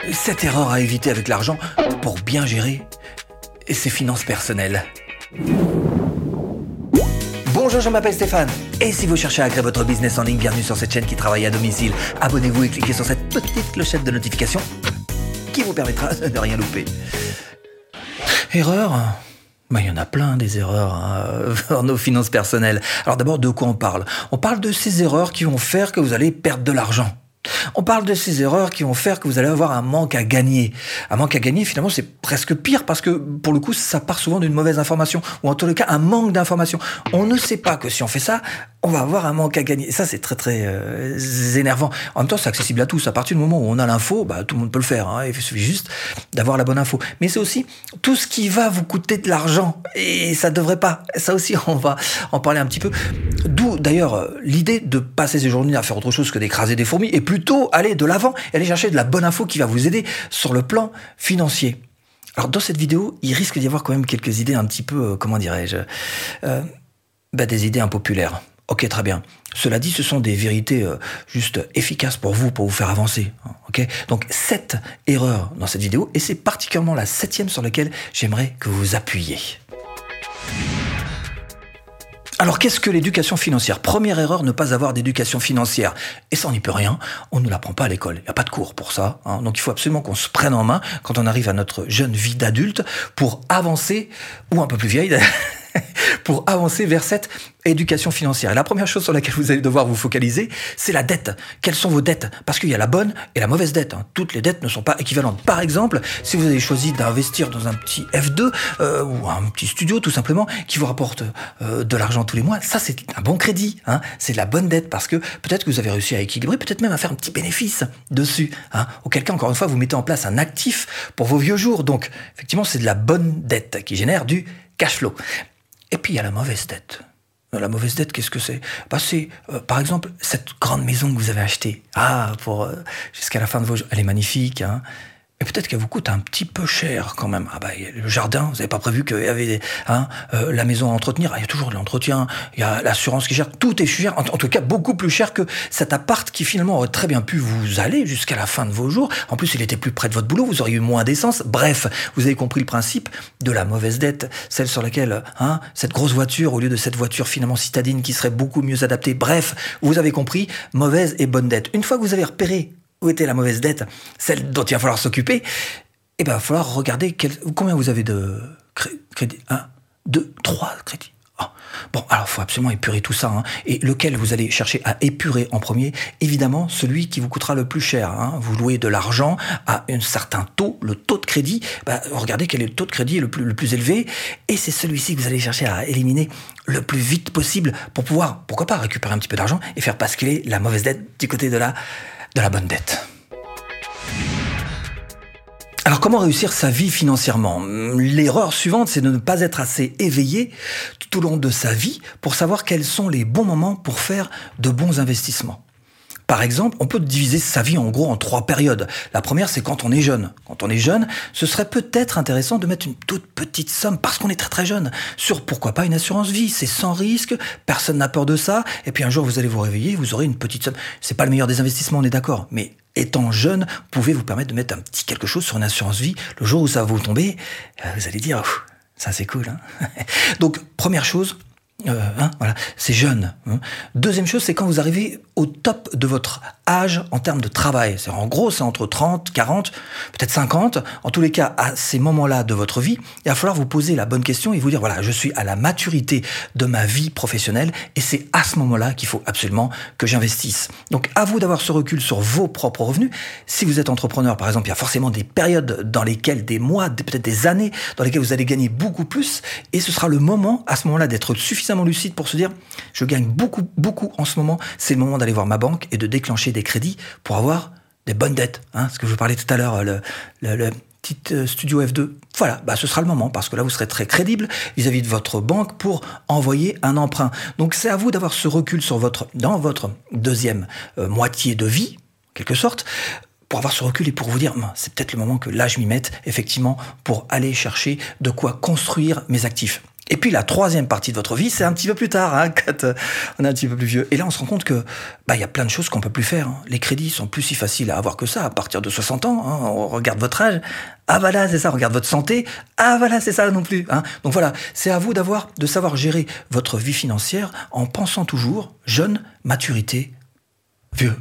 7 erreurs à éviter avec l'argent pour bien gérer ses finances personnelles. Bonjour, je m'appelle Stéphane. Et si vous cherchez à créer votre business en ligne, bienvenue sur cette chaîne qui travaille à domicile. Abonnez-vous et cliquez sur cette petite clochette de notification qui vous permettra de ne rien louper. Erreurs ? Il y en a plein des erreurs dans nos finances personnelles. Alors d'abord, de quoi on parle ? On parle de ces erreurs qui vont faire que vous allez perdre de l'argent. On parle de ces erreurs qui vont faire que vous allez avoir un manque à gagner. Un manque à gagner, finalement, c'est presque pire parce que, pour le coup, ça part souvent d'une mauvaise information ou en tout cas un manque d'information. On ne sait pas que si on fait ça, on va avoir un manque à gagner. Et ça, c'est très, très énervant. En même temps, c'est accessible à tous. À partir du moment où on a l'info, tout le monde peut le faire. Il suffit juste d'avoir la bonne info. Mais c'est aussi tout ce qui va vous coûter de l'argent. Et ça devrait pas. Ça aussi, on va en parler un petit peu. D'où, d'ailleurs, l'idée de passer ces journées à faire autre chose que d'écraser des fourmis et plutôt aller de l'avant et aller chercher de la bonne info qui va vous aider sur le plan financier. Alors, dans cette vidéo, il risque d'y avoir quand même quelques idées un petit peu, des idées impopulaires. Ok, très bien. Cela dit, ce sont des vérités juste efficaces pour vous faire avancer. Ok ? Donc, 7 erreurs dans cette vidéo, et c'est particulièrement la 7e sur laquelle j'aimerais que vous vous appuyiez. Alors, qu'est-ce que l'éducation financière ? Première erreur, ne pas avoir d'éducation financière. Et ça, on n'y peut rien, on ne l'apprend pas à l'école. Il n'y a pas de cours pour ça. Donc, il faut absolument qu'on se prenne en main quand on arrive à notre jeune vie d'adulte pour avancer, ou un peu plus vieille, pour avancer vers cette éducation financière. Et la première chose sur laquelle vous allez devoir vous focaliser, c'est la dette. Quelles sont vos dettes ? Parce qu'il y a la bonne et la mauvaise dette. Toutes les dettes ne sont pas équivalentes. Par exemple, si vous avez choisi d'investir dans un petit F2 ou un petit studio tout simplement qui vous rapporte de l'argent tous les mois, ça c'est un bon crédit. C'est de la bonne dette parce que peut-être que vous avez réussi à équilibrer, peut-être même à faire un petit bénéfice dessus. Auquel cas, encore une fois, vous mettez en place un actif pour vos vieux jours. Donc, effectivement, c'est de la bonne dette qui génère du cash flow. Et puis, il y a la mauvaise dette. La mauvaise dette, qu'est-ce que c'est ? C'est, par exemple, cette grande maison que vous avez achetée. Jusqu'à la fin de vos jours. Elle est magnifique, Mais peut-être qu'elle vous coûte un petit peu cher quand même. Le jardin, vous n'avez pas prévu qu'il y avait la maison à entretenir. Il y a toujours de l'entretien, il y a l'assurance qui gère. Tout est cher, en tout cas beaucoup plus cher que cet appart qui finalement aurait très bien pu vous aller jusqu'à la fin de vos jours. En plus, il était plus près de votre boulot, vous auriez eu moins d'essence. Bref, vous avez compris le principe de la mauvaise dette, celle sur laquelle cette grosse voiture, au lieu de cette voiture finalement citadine qui serait beaucoup mieux adaptée. Bref, vous avez compris, mauvaise et bonne dette. Une fois que vous avez repéré où était la mauvaise dette, celle dont il va falloir s'occuper, il va falloir regarder combien vous avez de crédits. 1, 2, 3 crédits. Alors il faut absolument épurer tout ça. Et lequel vous allez chercher à épurer en premier ? Évidemment, celui qui vous coûtera le plus cher. Vous louez de l'argent à un certain taux, le taux de crédit. Regardez quel est le taux de crédit le plus élevé. Et c'est celui-ci que vous allez chercher à éliminer le plus vite possible pour pouvoir, pourquoi pas, récupérer un petit peu d'argent et faire basculer la mauvaise dette du côté de la bonne dette. Alors, comment réussir sa vie financièrement ? L'erreur suivante, c'est de ne pas être assez éveillé tout au long de sa vie pour savoir quels sont les bons moments pour faire de bons investissements. Par exemple, on peut diviser sa vie en gros en 3 périodes. La première, c'est quand on est jeune. Quand on est jeune, ce serait peut-être intéressant de mettre une toute petite somme, parce qu'on est très très jeune, sur pourquoi pas une assurance vie. C'est sans risque, personne n'a peur de ça. Et puis un jour, vous allez vous réveiller, vous aurez une petite somme. C'est pas le meilleur des investissements, on est d'accord. Mais étant jeune, vous pouvez vous permettre de mettre un petit quelque chose sur une assurance vie. Le jour où ça va vous tomber, vous allez dire, ça c'est cool. Donc, première chose, c'est jeune. Deuxième chose, c'est quand vous arrivez au top de votre âge en termes de travail. En gros, c'est entre 30, 40, peut-être 50. En tous les cas, à ces moments-là de votre vie, il va falloir vous poser la bonne question et vous dire, voilà, je suis à la maturité de ma vie professionnelle et c'est à ce moment-là qu'il faut absolument que j'investisse. Donc, à vous d'avoir ce recul sur vos propres revenus. Si vous êtes entrepreneur, par exemple, il y a forcément des périodes dans lesquelles, des mois, peut-être des années, dans lesquelles vous allez gagner beaucoup plus et ce sera le moment, à ce moment-là, d'être suffisamment lucide pour se dire, je gagne beaucoup, beaucoup en ce moment, c'est le moment d'aller voir ma banque et de déclencher des crédits pour avoir des bonnes dettes. Ce que je vous parlais tout à l'heure, le petit studio F2. Voilà, ce sera le moment parce que là, vous serez très crédible vis-à-vis de votre banque pour envoyer un emprunt. Donc, c'est à vous d'avoir ce recul dans votre deuxième moitié de vie, en quelque sorte, pour avoir ce recul et pour vous dire, c'est peut-être le moment que là, je m'y mette, effectivement, pour aller chercher de quoi construire mes actifs. Et puis la troisième partie de votre vie, c'est un petit peu plus tard, hein, quand on est un petit peu plus vieux. Et là, on se rend compte que y a plein de choses qu'on peut plus faire. Hein. Les crédits sont plus si faciles à avoir que ça, à partir de 60 ans. Hein. On regarde votre âge. Ah voilà, c'est ça. On regarde votre santé. Ah voilà, c'est ça non plus. Hein. Donc voilà, c'est à vous de savoir gérer votre vie financière en pensant toujours jeune, maturité, vieux.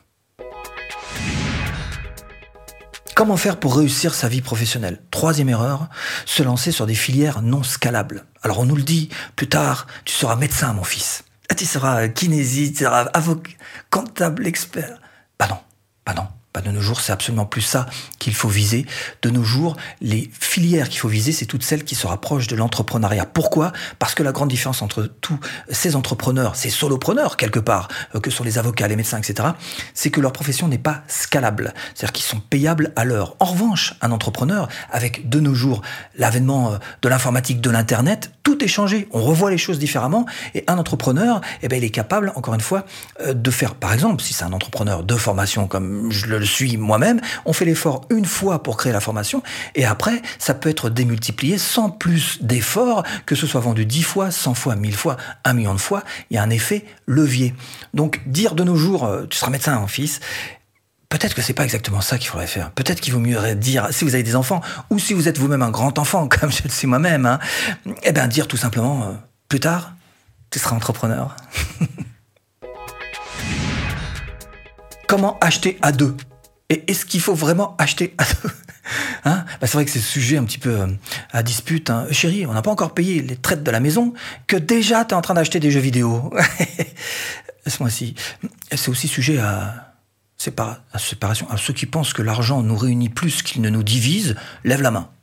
Comment faire pour réussir sa vie professionnelle? Troisième erreur, se lancer sur des filières non scalables. Alors on nous le dit, plus tard, tu seras médecin, mon fils. Tu seras kinésiste, tu seras avocat, comptable, expert. Bah non. De nos jours, c'est absolument plus ça qu'il faut viser. De nos jours, les filières qu'il faut viser, c'est toutes celles qui se rapprochent de l'entrepreneuriat. Pourquoi? Parce que la grande différence entre tous ces entrepreneurs, ces solopreneurs, quelque part, que sont les avocats, les médecins, etc., c'est que leur profession n'est pas scalable. C'est-à-dire qu'ils sont payables à l'heure. En revanche, un entrepreneur, avec de nos jours l'avènement de l'informatique, de l'Internet, tout est changé. On revoit les choses différemment. Et un entrepreneur, il est capable, encore une fois, de faire, par exemple, si c'est un entrepreneur de formation, comme je le suis moi-même, on fait l'effort une fois pour créer la formation, et après, ça peut être démultiplié sans plus d'efforts, que ce soit vendu 10 fois, 100 fois, 1000 fois, 1 million de fois. Il y a un effet levier. Donc, dire de nos jours, tu seras médecin, mon fils, peut-être que c'est pas exactement ça qu'il faudrait faire. Peut-être qu'il vaut mieux dire, si vous avez des enfants, ou si vous êtes vous-même un grand enfant, comme je le suis moi-même, hein, dire tout simplement, plus tard, tu seras entrepreneur. Comment acheter à deux? Et est-ce qu'il faut vraiment acheter à deux? Hein? C'est vrai que c'est ce sujet un petit peu à dispute. Hein. Chérie, on n'a pas encore payé les traites de la maison, que déjà tu es en train d'acheter des jeux vidéo. Ce mois-ci. C'est aussi sujet à séparation. À ceux qui pensent que l'argent nous réunit plus qu'il ne nous divise, lève la main.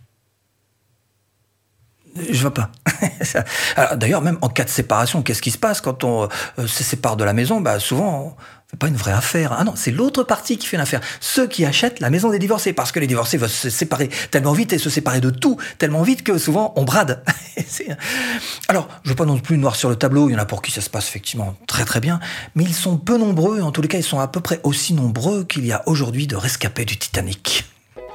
Je vois pas. Alors, d'ailleurs, même en cas de séparation, qu'est-ce qui se passe quand on se sépare de la maison? Souvent, c'est pas une vraie affaire. Ah non, c'est l'autre partie qui fait l'affaire. Ceux qui achètent la maison des divorcés, parce que les divorcés veulent se séparer tellement vite et se séparer de tout tellement vite que souvent on brade. Alors, je veux pas non plus noir sur le tableau. Il y en a pour qui ça se passe effectivement très très bien, mais ils sont peu nombreux. En tous les cas, ils sont à peu près aussi nombreux qu'il y a aujourd'hui de rescapés du Titanic.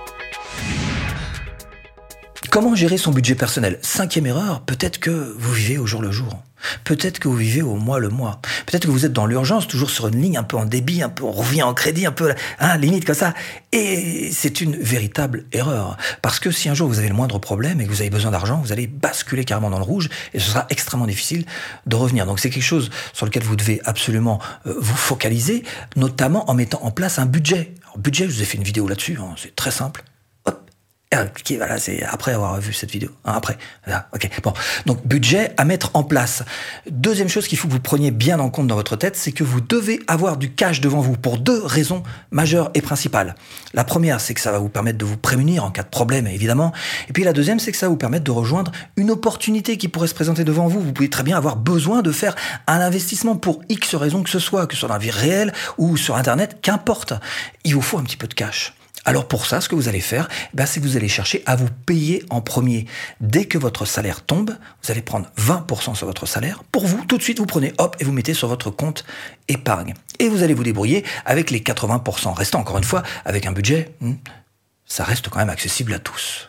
Comment gérer son budget personnel? Cinquième erreur, peut-être que vous vivez au jour le jour. Peut-être que vous vivez au mois le mois. Peut-être que vous êtes dans l'urgence, toujours sur une ligne un peu en débit, un peu on revient en crédit, un peu limite comme ça. Et c'est une véritable erreur. Parce que si un jour vous avez le moindre problème et que vous avez besoin d'argent, vous allez basculer carrément dans le rouge et ce sera extrêmement difficile de revenir. Donc c'est quelque chose sur lequel vous devez absolument vous focaliser, notamment en mettant en place un budget. Alors, budget, je vous ai fait une vidéo là-dessus, hein, c'est très simple. Voilà, c'est après avoir vu cette vidéo. Après, voilà, ok. Bon, donc budget à mettre en place. Deuxième chose qu'il faut que vous preniez bien en compte dans votre tête, c'est que vous devez avoir du cash devant vous pour deux raisons majeures et principales. La première, c'est que ça va vous permettre de vous prémunir en cas de problème, évidemment. Et puis la deuxième, c'est que ça va vous permettre de rejoindre une opportunité qui pourrait se présenter devant vous. Vous pouvez très bien avoir besoin de faire un investissement pour X raisons que ce soit dans la vie réelle ou sur Internet, qu'importe. Il vous faut un petit peu de cash. Alors pour ça, ce que vous allez faire, c'est que vous allez chercher à vous payer en premier. Dès que votre salaire tombe, vous allez prendre 20% sur votre salaire. Pour vous, tout de suite, vous prenez et vous mettez sur votre compte épargne. Et vous allez vous débrouiller avec les 80% restants. Encore une fois, avec un budget, ça reste quand même accessible à tous.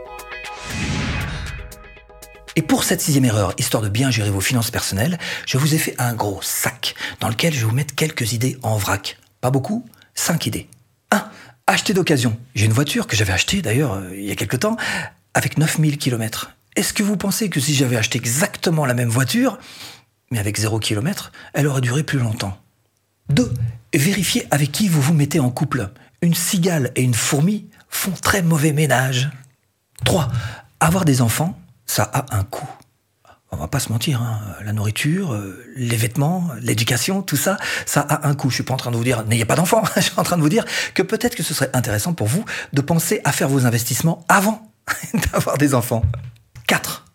Et pour cette sixième erreur, histoire de bien gérer vos finances personnelles, je vous ai fait un gros sac dans lequel je vais vous mettre quelques idées en vrac. Pas beaucoup, 5 idées. 1. Acheter d'occasion. J'ai une voiture que j'avais achetée d'ailleurs il y a quelques temps avec 9000 km. Est-ce que vous pensez que si j'avais acheté exactement la même voiture, mais avec 0 km, elle aurait duré plus longtemps? 2. Vérifiez avec qui vous vous mettez en couple. Une cigale et une fourmi font très mauvais ménage. 3. Avoir des enfants, ça a un coût. On va pas se mentir, hein. La nourriture, les vêtements, l'éducation, tout ça, ça a un coût. Je suis pas en train de vous dire n'ayez pas d'enfants. Je suis en train de vous dire que peut-être que ce serait intéressant pour vous de penser à faire vos investissements avant d'avoir des enfants. 4.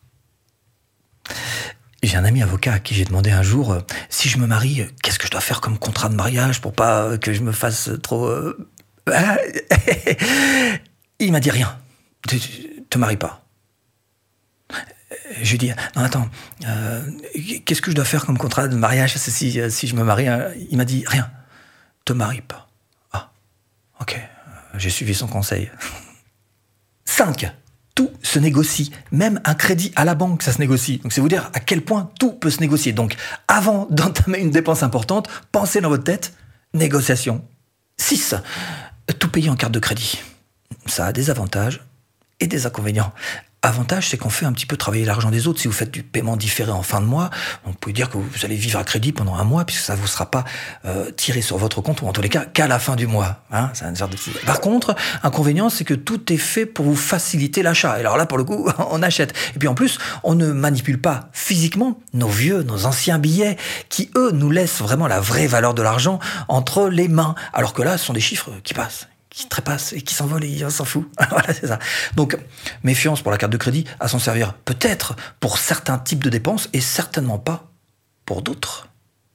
J'ai un ami avocat à qui j'ai demandé un jour si je me marie, qu'est-ce que je dois faire comme contrat de mariage pour pas que je me fasse trop. Il m'a dit rien. Te marie pas. Je lui dis, non attends, qu'est-ce que je dois faire comme contrat de mariage si je me marie? Il m'a dit, rien, te marie pas. Ah, ok, j'ai suivi son conseil. 5. tout se négocie. Même un crédit à la banque, ça se négocie. Donc c'est vous dire à quel point tout peut se négocier. Donc avant d'entamer une dépense importante, pensez dans votre tête, négociation. 6. Tout payer en carte de crédit. Ça a des avantages et des inconvénients. Avantage, c'est qu'on fait un petit peu travailler l'argent des autres. Si vous faites du paiement différé en fin de mois, on peut dire que vous allez vivre à crédit pendant un mois, puisque ça ne vous sera pas tiré sur votre compte, ou en tous les cas, qu'à la fin du mois. Hein, c'est une sorte de... Par contre, inconvénient, c'est que tout est fait pour vous faciliter l'achat. Alors là, pour le coup, on achète. Et puis en plus, on ne manipule pas physiquement nos anciens billets, qui, eux, nous laissent vraiment la vraie valeur de l'argent entre les mains. Alors que là, ce sont des chiffres qui passent, qui trépasse et qui s'envole et on s'en fout. Voilà, c'est ça. Donc, méfiance pour la carte de crédit, à s'en servir peut-être pour certains types de dépenses et certainement pas pour d'autres.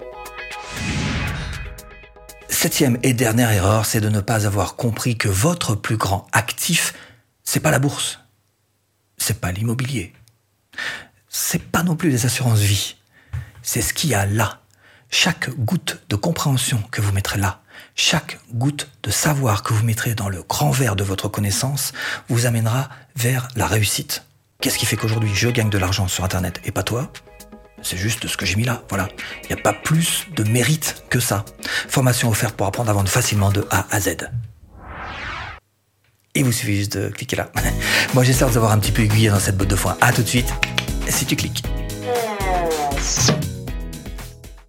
7e et dernière erreur, c'est de ne pas avoir compris que votre plus grand actif, c'est pas la bourse, c'est pas l'immobilier, c'est pas non plus les assurances vie, c'est ce qu'il y a là. Chaque goutte de compréhension que vous mettrez là, chaque goutte de savoir que vous mettrez dans le grand verre de votre connaissance vous amènera vers la réussite. Qu'est-ce qui fait qu'aujourd'hui je gagne de l'argent sur Internet et pas toi ? C'est juste ce que j'ai mis là, voilà. Il n'y a pas plus de mérite que ça. Formation offerte pour apprendre à vendre facilement de A à Z. Il vous suffit juste de cliquer là. Moi j'espère vous avoir un petit peu aiguillé dans cette botte de foin. À tout de suite, si tu cliques.